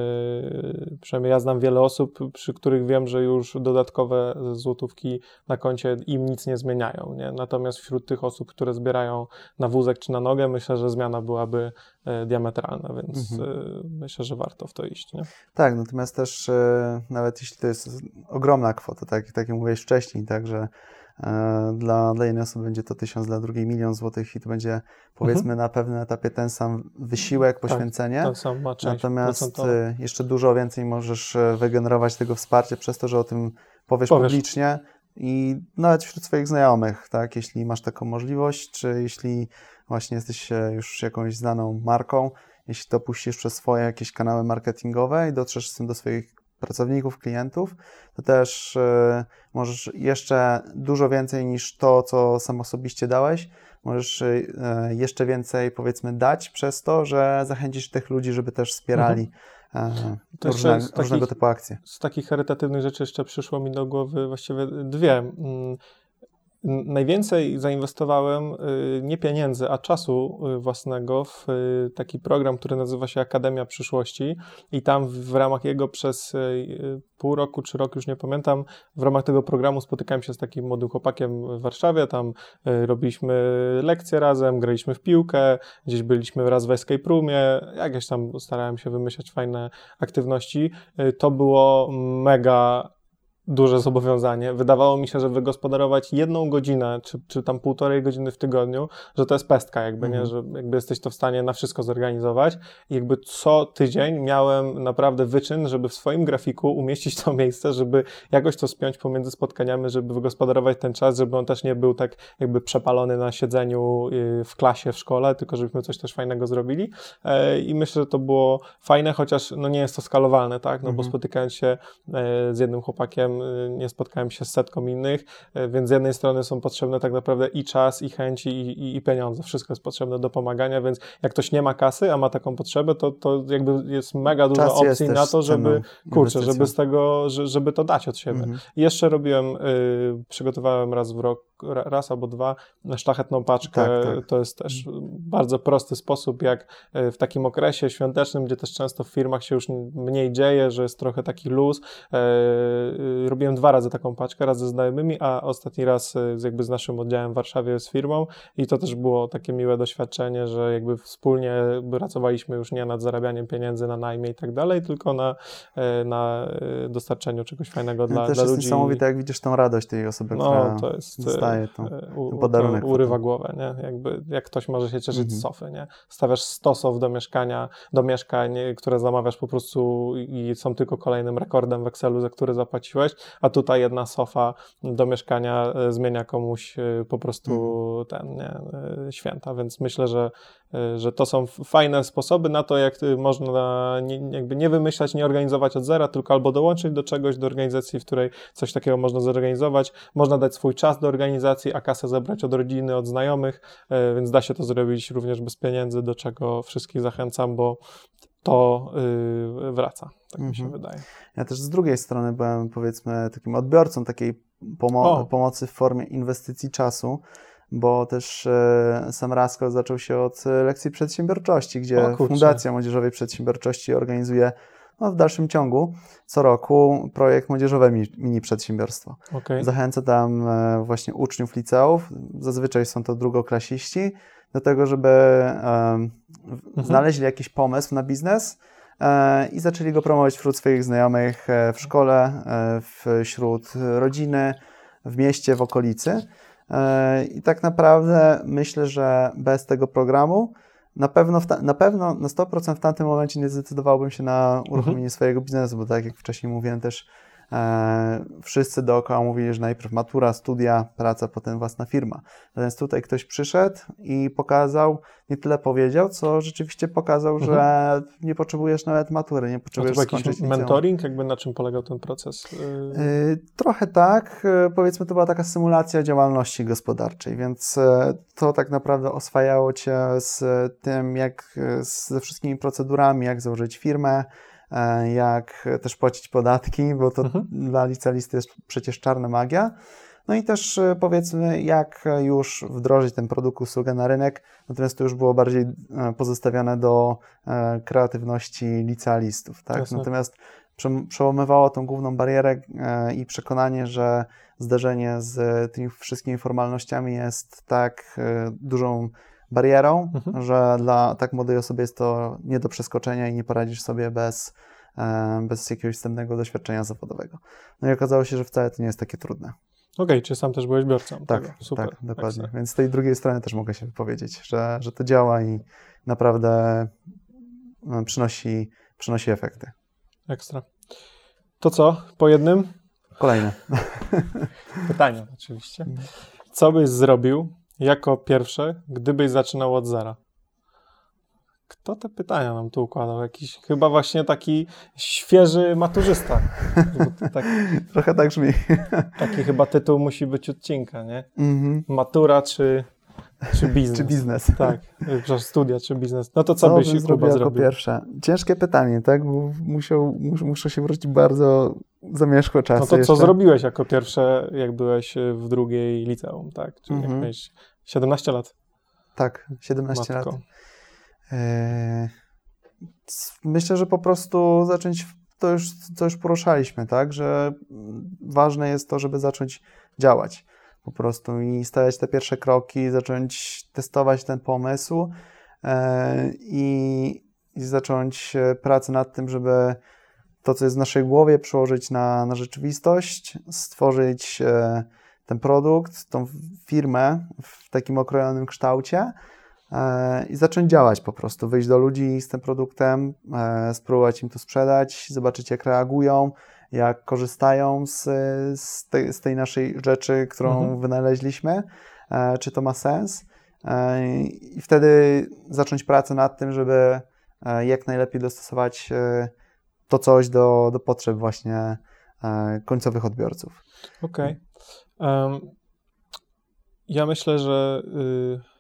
y, przynajmniej ja znam wiele osób, przy których wiem, że już dodatkowe złotówki na koncie im nic nie zmieniają, nie? Natomiast wśród tych osób, które zbierają na wózek czy na nogę, myślę, że zmiana byłaby y, diametralna, więc Mhm. y, myślę, że warto w to iść, nie? Tak, natomiast też e, nawet jeśli to jest ogromna kwota, tak, tak jak mówiłeś wcześniej, także e, dla, dla jednej osoby będzie to tysiąc, dla drugiej milion złotych i to będzie powiedzmy Mhm. na pewnym etapie ten sam wysiłek, poświęcenie. Ten sam ma część Natomiast procentową. e, jeszcze dużo więcej możesz e, wygenerować tego wsparcia przez to, że o tym powiesz, Powiesz. publicznie i nawet wśród swoich znajomych, tak, jeśli masz taką możliwość, czy jeśli właśnie jesteś e, już jakąś znaną marką, jeśli to puścisz przez swoje jakieś kanały marketingowe i dotrzesz z tym do swoich pracowników, klientów, to też y, możesz jeszcze dużo więcej niż to, co sam osobiście dałeś, możesz y, jeszcze więcej, powiedzmy, dać przez to, że zachęcisz tych ludzi, żeby też wspierali Mhm. y, różne, z takich, różnego typu akcje. Z takich charytatywnych rzeczy jeszcze przyszło mi do głowy właściwie dwie. Mm, Najwięcej zainwestowałem y, nie pieniędzy, a czasu y, własnego w y, taki program, który nazywa się Akademia Przyszłości i tam w, w ramach jego przez y, pół roku czy rok, już nie pamiętam, w ramach tego programu spotykałem się z takim młodym chłopakiem w Warszawie, tam y, robiliśmy lekcje razem, graliśmy w piłkę, gdzieś byliśmy raz w escape roomie, jakieś tam starałem się wymyślać fajne aktywności. Y, to było mega duże zobowiązanie. Wydawało mi się, że wygospodarować jedną godzinę, czy, czy tam półtorej godziny w tygodniu, że to jest pestka jakby, Mhm. nie? Że jakby jesteś to w stanie na wszystko zorganizować i jakby co tydzień miałem naprawdę wyczyn, żeby w swoim grafiku umieścić to miejsce, żeby jakoś to spiąć pomiędzy spotkaniami, żeby wygospodarować ten czas, żeby on też nie był tak jakby przepalony na siedzeniu w klasie, w szkole, tylko żebyśmy coś też fajnego zrobili i myślę, że to było fajne, chociaż no nie jest to skalowalne, tak? No Mhm. bo spotykając się z jednym chłopakiem nie spotkałem się z setką innych, więc z jednej strony są potrzebne tak naprawdę i czas, i chęci, i, i, i pieniądze. Wszystko jest potrzebne do pomagania, więc jak ktoś nie ma kasy, a ma taką potrzebę, to, to jakby jest mega dużo Czas jest opcji też na to, żeby, cenną kurczę, inwestycją. żeby z tego, że, żeby to dać od siebie. Mhm. I jeszcze robiłem, y, przygotowałem raz w rok, raz albo dwa, szlachetną paczkę. Tak, tak. To jest też bardzo prosty sposób, jak w takim okresie świątecznym, gdzie też często w firmach się już mniej dzieje, że jest trochę taki luz. Y, robiłem dwa razy taką paczkę, raz ze znajomymi, a ostatni raz z, jakby z naszym oddziałem w Warszawie z firmą i to też było takie miłe doświadczenie, że jakby wspólnie pracowaliśmy już nie nad zarabianiem pieniędzy na najmie i tak dalej, tylko na, na dostarczeniu czegoś fajnego dla, też dla jest ludzi. niesamowite, jak widzisz tą radość tej osoby, No, która to jest dostaje tą, u, ten podarunek. to urywa głowę, nie? Jakby, jak ktoś może się cieszyć Mhm. z sofy, nie? Stawiasz sto sof do mieszkania, do mieszkań, które zamawiasz po prostu i są tylko kolejnym rekordem w Excelu, za który zapłaciłeś, a tutaj jedna sofa do mieszkania zmienia komuś po prostu Mhm. ten, nie? Święta, więc myślę, że, że to są fajne sposoby na to, jak można nie, jakby nie wymyślać, nie organizować od zera, tylko albo dołączyć do czegoś, do organizacji, w której coś takiego można zorganizować. Można dać swój czas do organizacji, a kasę zebrać od rodziny, od znajomych, więc da się to zrobić również bez pieniędzy, do czego wszystkich zachęcam, bo to yy, wraca, tak mi się Mhm. wydaje. Ja też z drugiej strony byłem, powiedzmy, takim odbiorcą takiej pomo- pomocy w formie inwestycji czasu, bo też e, sam Rasko zaczął się od lekcji przedsiębiorczości, gdzie Fundacja Młodzieżowej Przedsiębiorczości organizuje no, w dalszym ciągu co roku projekt Młodzieżowe Mini Przedsiębiorstwo. Okay. Zachęca tam e, właśnie uczniów liceów, zazwyczaj są to drugoklasiści, do tego, żeby e, mhm. znaleźli jakiś pomysł na biznes e, i zaczęli go promować wśród swoich znajomych e, w szkole, e, wśród rodziny, w mieście, w okolicy. E, I tak naprawdę myślę, że bez tego programu na pewno, w ta, na pewno na sto procent w tamtym momencie nie zdecydowałbym się na uruchomienie mhm. swojego biznesu, bo tak jak wcześniej mówiłem też, e, wszyscy dookoła mówili, że najpierw matura, studia, praca, potem własna firma. Natomiast tutaj ktoś przyszedł i pokazał, nie tyle powiedział, co rzeczywiście pokazał, mhm. że nie potrzebujesz nawet matury, nie potrzebujesz A to skończyć jakiś liceum. mentoring? Jakby na czym polegał ten proces? Yy, trochę tak. Yy, powiedzmy, to była taka symulacja działalności gospodarczej, więc yy, to tak naprawdę oswajało cię z tym, jak yy, ze wszystkimi procedurami, jak założyć firmę, yy, jak też płacić podatki, bo to mhm. dla licealisty jest przecież czarna magia. No i też yy, powiedzmy, jak już wdrożyć ten produkt, usługę na rynek, natomiast to już było bardziej yy, pozostawione do yy, kreatywności licealistów. Tak? Natomiast przełamywało tą główną barierę i przekonanie, że zderzenie z tymi wszystkimi formalnościami jest tak dużą barierą, mhm. że dla tak młodej osoby jest to nie do przeskoczenia i nie poradzisz sobie bez, bez jakiegoś wstępnego doświadczenia zawodowego. No i okazało się, że wcale to nie jest takie trudne. Okej, okay, czy sam też byłeś biorcą? Tak, tego. Super. Tak, dokładnie. Excellent. Więc z tej drugiej strony też mogę się wypowiedzieć, że, że to działa i naprawdę przynosi, przynosi efekty. Ekstra. To co? Po jednym? Kolejne. Pytanie oczywiście. Co byś zrobił jako pierwsze, gdybyś zaczynał od zera? Kto te pytania nam tu układał? Jakiś chyba właśnie taki świeży maturzysta. Tak, trochę tak brzmi. Taki chyba tytuł musi być odcinka, nie? Mm-hmm. Matura czy... Czy biznes. Czy biznes. Tak, przepraszam, studia czy biznes. No to co, co byś bym zrobił jako pierwsze? Ciężkie pytanie, tak? Bo musiał, mus, muszę się wrócić bardzo zamierzchłe czasy. No to jeszcze. Co zrobiłeś jako pierwsze, jak byłeś w drugiej liceum, tak? Czyli mm-hmm. jak miałeś siedemnaście lat? Tak, siedemnaście Matko. lat. Eee, myślę, że po prostu zacząć, to już, to już poruszaliśmy, tak? Że ważne jest to, żeby zacząć działać. Po prostu i stawiać te pierwsze kroki, zacząć testować ten pomysł e, i, i zacząć pracę nad tym, żeby to, co jest w naszej głowie, przełożyć na, na rzeczywistość, stworzyć e, ten produkt, tą firmę w takim okrojonym kształcie e, i zacząć działać po prostu, wyjść do ludzi z tym produktem, e, spróbować im to sprzedać, zobaczyć jak reagują, jak korzystają z, z, tej, z tej naszej rzeczy, którą mhm. wynaleźliśmy, e, czy to ma sens e, i wtedy zacząć pracę nad tym, żeby e, jak najlepiej dostosować e, to coś do, do potrzeb właśnie e, końcowych odbiorców. Okej. Okay. Um, ja myślę, że y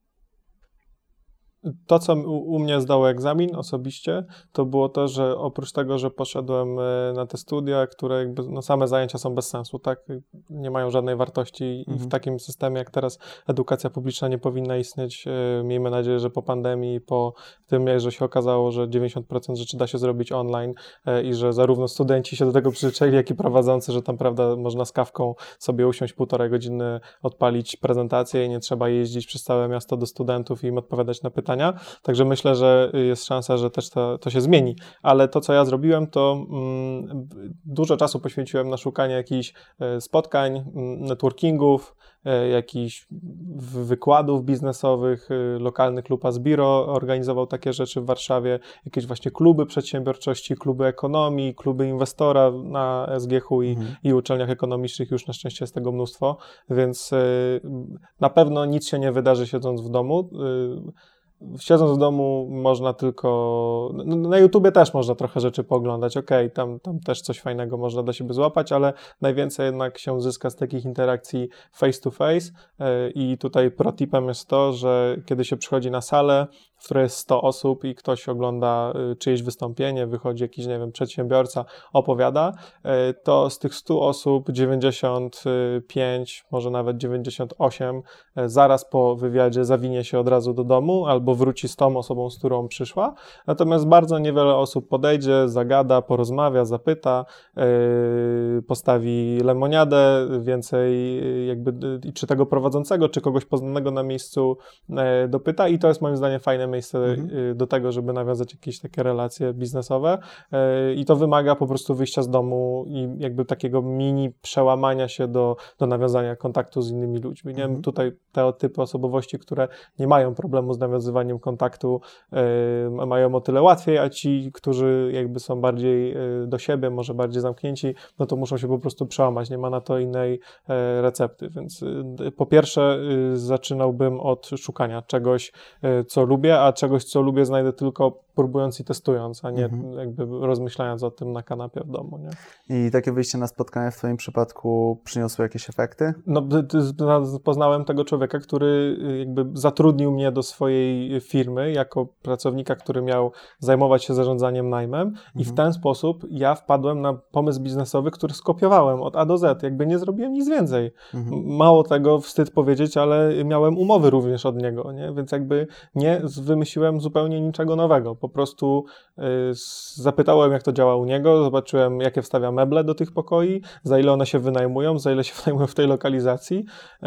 to, co u, u mnie zdało egzamin osobiście, to było to, że oprócz tego, że poszedłem na te studia, które jakby, no same zajęcia są bez sensu, tak? Nie mają żadnej wartości mhm. i w takim systemie jak teraz edukacja publiczna nie powinna istnieć. Miejmy nadzieję, że po pandemii, po tym, że się okazało, że dziewięćdziesiąt procent rzeczy da się zrobić online i że zarówno studenci się do tego przyzwyczaili, jak i prowadzący, że tam, prawda, można z kawką sobie usiąść półtorej godziny, odpalić prezentację i nie trzeba jeździć przez całe miasto do studentów i im odpowiadać na pytania. Także myślę, że jest szansa, że też to, to się zmieni. Ale to, co ja zrobiłem, to mm, dużo czasu poświęciłem na szukanie jakichś spotkań, networkingów, jakichś wykładów biznesowych. Lokalny klub Asbiro organizował takie rzeczy w Warszawie, jakieś właśnie kluby przedsiębiorczości, kluby ekonomii, kluby inwestora na S G H U i, mhm. i uczelniach ekonomicznych, już na szczęście jest tego mnóstwo, więc na pewno nic się nie wydarzy siedząc w domu. Siedząc w domu można tylko, na YouTubie też można trochę rzeczy pooglądać, okej, okay, tam, tam też coś fajnego można dla siebie złapać, ale najwięcej jednak się zyska z takich interakcji face to face i tutaj protipem jest to, że kiedy się przychodzi na salę, w której jest sto osób i ktoś ogląda czyjeś wystąpienie, wychodzi jakiś, nie wiem, przedsiębiorca, opowiada, to z tych stu osób dziewięćdziesiąt pięć, może nawet dziewięćdziesiąt osiem zaraz po wywiadzie zawinie się od razu do domu albo wróci z tą osobą, z którą przyszła. Natomiast bardzo niewiele osób podejdzie, zagada, porozmawia, zapyta, postawi lemoniadę, więcej jakby czy tego prowadzącego, czy kogoś poznanego na miejscu dopyta i to jest moim zdaniem fajne fajne miejsce Mhm. do tego, żeby nawiązać jakieś takie relacje biznesowe i to wymaga po prostu wyjścia z domu i jakby takiego mini przełamania się do, do nawiązania kontaktu z innymi ludźmi. Nie? Mhm. Tutaj te typy osobowości, które nie mają problemu z nawiązywaniem kontaktu, y, mają o tyle łatwiej, a ci, którzy jakby są bardziej y, do siebie, może bardziej zamknięci, no to muszą się po prostu przełamać. Nie ma na to innej y, recepty. Więc y, po pierwsze y, zaczynałbym od szukania czegoś, y, co lubię, a czegoś, co lubię, znajdę tylko próbując i testując, a nie Mhm. jakby rozmyślając o tym na kanapie w domu. Nie? I takie wyjście na spotkanie w twoim przypadku przyniosło jakieś efekty? No, poznałem tego człowieka, który jakby zatrudnił mnie do swojej firmy jako pracownika, który miał zajmować się zarządzaniem najmem i w Mhm. ten sposób ja wpadłem na pomysł biznesowy, który skopiowałem od A do Z. Jakby nie zrobiłem nic więcej. Mhm. Mało tego, wstyd powiedzieć, ale miałem umowy również od niego, nie? Więc jakby nie wymyśliłem zupełnie niczego nowego. Po prostu y, zapytałem, jak to działa u niego, zobaczyłem, jakie wstawia meble do tych pokoi, za ile one się wynajmują, za ile się wynajmują w tej lokalizacji y,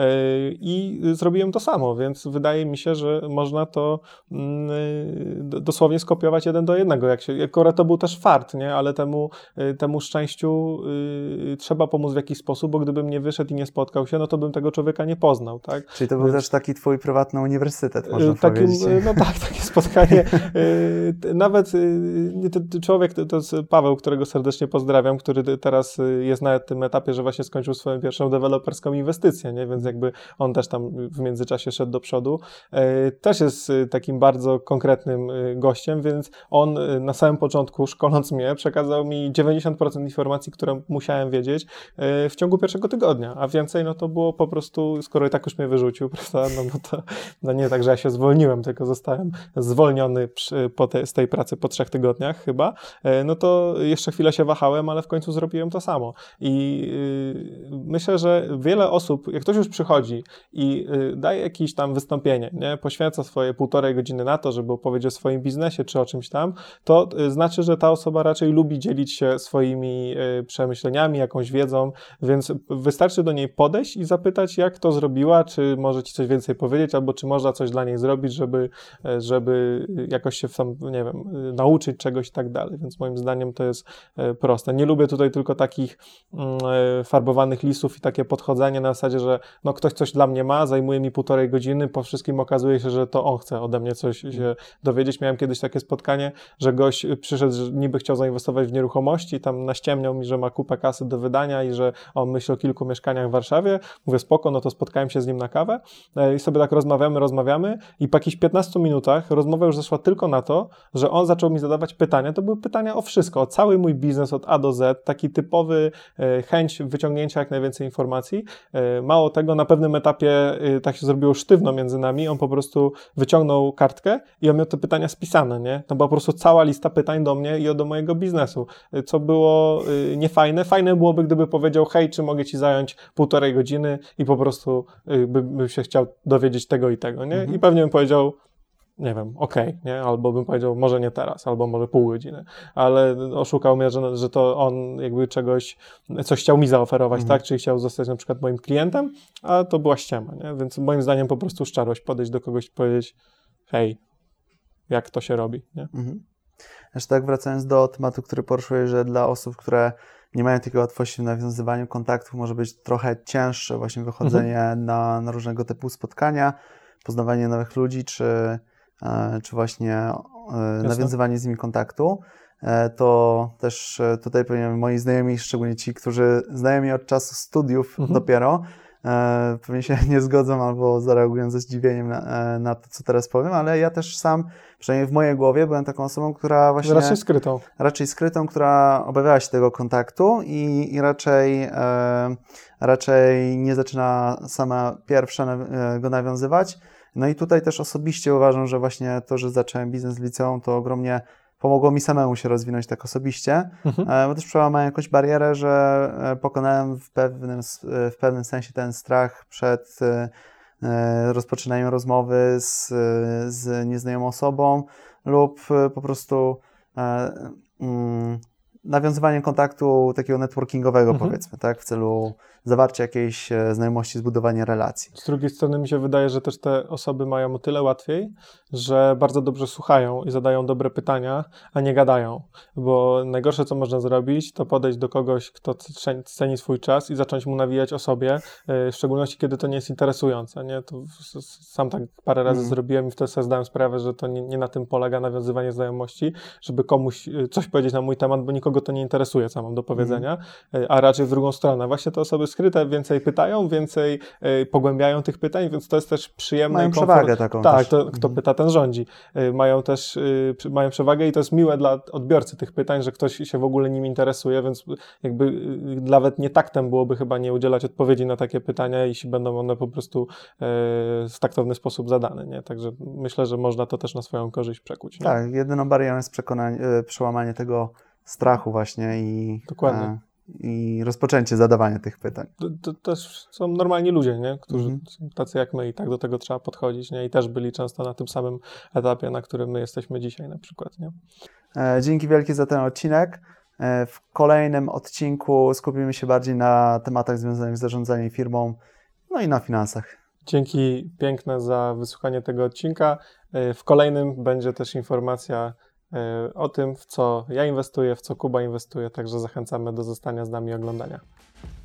i zrobiłem to samo, więc wydaje mi się, że można to y, dosłownie skopiować jeden do jednego. Jak się, akurat to był też fart, nie? Ale temu, y, temu szczęściu y, trzeba pomóc w jakiś sposób, bo gdybym nie wyszedł i nie spotkał się, no to bym tego człowieka nie poznał, tak? Czyli to był Więc... też taki twój prywatny uniwersytet, można Takim, powiedzieć. no tak, takie spotkanie. Nawet ten człowiek, to jest Paweł, którego serdecznie pozdrawiam, który teraz jest na tym etapie, że właśnie skończył swoją pierwszą deweloperską inwestycję, nie? Więc jakby on też tam w międzyczasie szedł do przodu. Też jest takim bardzo konkretnym gościem, więc on na samym początku, szkoląc mnie, przekazał mi dziewięćdziesiąt procent informacji, które musiałem wiedzieć w ciągu pierwszego tygodnia, a więcej no to było po prostu, skoro i tak już mnie wyrzucił, prawda, no, no to no nie tak, że ja się zwolniłem, tylko zostałem zwolniony przy, po te, z tej pracy po trzech tygodniach chyba, no to jeszcze chwilę się wahałem, ale w końcu zrobiłem to samo. I yy, myślę, że wiele osób, jak ktoś już przychodzi i yy, daje jakieś tam wystąpienie, nie, poświęca swoje półtorej godziny na to, żeby opowiedzieć o swoim biznesie czy o czymś tam, to yy, znaczy, że ta osoba raczej lubi dzielić się swoimi yy, przemyśleniami, jakąś wiedzą, więc wystarczy do niej podejść i zapytać, jak to zrobiła, czy może ci coś więcej powiedzieć, albo czy można coś dla niej zrobić, żeby, żeby jakoś się tam, nie wiem, nauczyć czegoś i tak dalej, więc moim zdaniem to jest proste. Nie lubię tutaj tylko takich farbowanych listów i takie podchodzenie na zasadzie, że no ktoś coś dla mnie ma, zajmuje mi półtorej godziny, po wszystkim okazuje się, że to on chce ode mnie coś się dowiedzieć. Miałem kiedyś takie spotkanie, że gość przyszedł, że niby chciał zainwestować w nieruchomości, tam naściemniał mi, że ma kupę kasy do wydania i że on myśli o kilku mieszkaniach w Warszawie. Mówię, spoko, no to spotkałem się z nim na kawę i sobie tak rozmawiamy, rozmawiamy i po jakichś piętnastu minutach rozmowa już zeszła tylko na to, że on zaczął mi zadawać pytania. To były pytania o wszystko, o cały mój biznes od A do Z, taki typowy e, chęć wyciągnięcia jak najwięcej informacji. E, mało tego, na pewnym etapie e, tak się zrobiło sztywno między nami, on po prostu wyciągnął kartkę i on miał te pytania spisane, nie? To była po prostu cała lista pytań do mnie i do mojego biznesu, e, co było e, niefajne. Fajne byłoby, gdyby powiedział, hej, czy mogę ci zająć półtorej godziny i po prostu e, by, by się chciał dowiedzieć tego i tego, nie? Mhm. I pewnie bym powiedział, nie wiem, okej, okay, nie? Albo bym powiedział, może nie teraz, albo może pół godziny, ale oszukał mnie, że, że to on jakby czegoś, coś chciał mi zaoferować, Mhm. tak? Czyli chciał zostać na przykład moim klientem, a to była ściema, nie? Więc moim zdaniem po prostu szczerość, podejść do kogoś i powiedzieć, hej, jak to się robi, nie? Mhm. Jeszcze tak wracając do tematu, który poruszyłeś, że dla osób, które nie mają takiej łatwości w nawiązywaniu kontaktów, może być trochę cięższe właśnie wychodzenie mhm. na, na różnego typu spotkania, poznawanie nowych ludzi, czy czy właśnie nawiązywanie z nimi kontaktu, to też tutaj powiem, moi znajomi, szczególnie ci, którzy znają mnie od czasu studiów mhm. dopiero, pewnie się nie zgodzą albo zareagują ze zdziwieniem na, na to, co teraz powiem, ale ja też sam, przynajmniej w mojej głowie, byłem taką osobą, która właśnie... Raczej skrytą. Raczej skrytą, która obawiała się tego kontaktu i, i raczej, e, raczej nie zaczyna sama pierwsza na, e, go nawiązywać. No i tutaj też osobiście uważam, że właśnie to, że zacząłem biznes w liceum, to ogromnie pomogło mi samemu się rozwinąć tak osobiście, mhm. bo też przełamałem jakąś barierę, że pokonałem w pewnym, w pewnym sensie ten strach przed rozpoczynaniem rozmowy z, z nieznajomą osobą lub po prostu nawiązywanie kontaktu takiego networkingowego, Mhm. powiedzmy, tak, w celu zawarcia jakiejś e, znajomości, zbudowania relacji. Z drugiej strony mi się wydaje, że też te osoby mają o tyle łatwiej, że bardzo dobrze słuchają i zadają dobre pytania, a nie gadają. Bo najgorsze, co można zrobić, to podejść do kogoś, kto c- ceni swój czas i zacząć mu nawijać o sobie, yy, w szczególności kiedy to nie jest interesujące. Nie? To s- s- sam tak parę razy Mm. zrobiłem i wtedy sobie zdałem sprawę, że to nie, nie na tym polega nawiązywanie znajomości, żeby komuś yy, coś powiedzieć na mój temat, bo nikogo to nie interesuje, co mam do powiedzenia, yy, a raczej w drugą stronę. Właśnie te osoby skryte więcej pytają, więcej yy, pogłębiają tych pytań, więc to jest też przyjemne. Mają i komfort- przewagę taką Tak, też. to kto Mhm. pyta, ten rządzi. Y, Mają też y, przy- mają przewagę i to jest miłe dla odbiorcy tych pytań, że ktoś się w ogóle nim interesuje, więc jakby y, nawet nie taktem byłoby chyba nie udzielać odpowiedzi na takie pytania, jeśli będą one po prostu y, w taktowny sposób zadane, nie? Także myślę, że można to też na swoją korzyść przekuć. Nie? Tak, jedyną barierą jest przekonanie, e, przełamanie tego strachu właśnie i, Dokładnie. e, i rozpoczęcie zadawania tych pytań. To, to też są normalni ludzie, nie? Którzy Mhm. są tacy jak my i tak do tego trzeba podchodzić, nie? I też byli często na tym samym etapie, na którym my jesteśmy dzisiaj na przykład, nie? E, Dzięki wielkie za ten odcinek. E, W kolejnym odcinku skupimy się bardziej na tematach związanych z zarządzaniem firmą, no i na finansach. Dzięki piękne za wysłuchanie tego odcinka. W kolejnym będzie też informacja o tym, w co ja inwestuję, w co Kuba inwestuje, także zachęcamy do zostania z nami i oglądania.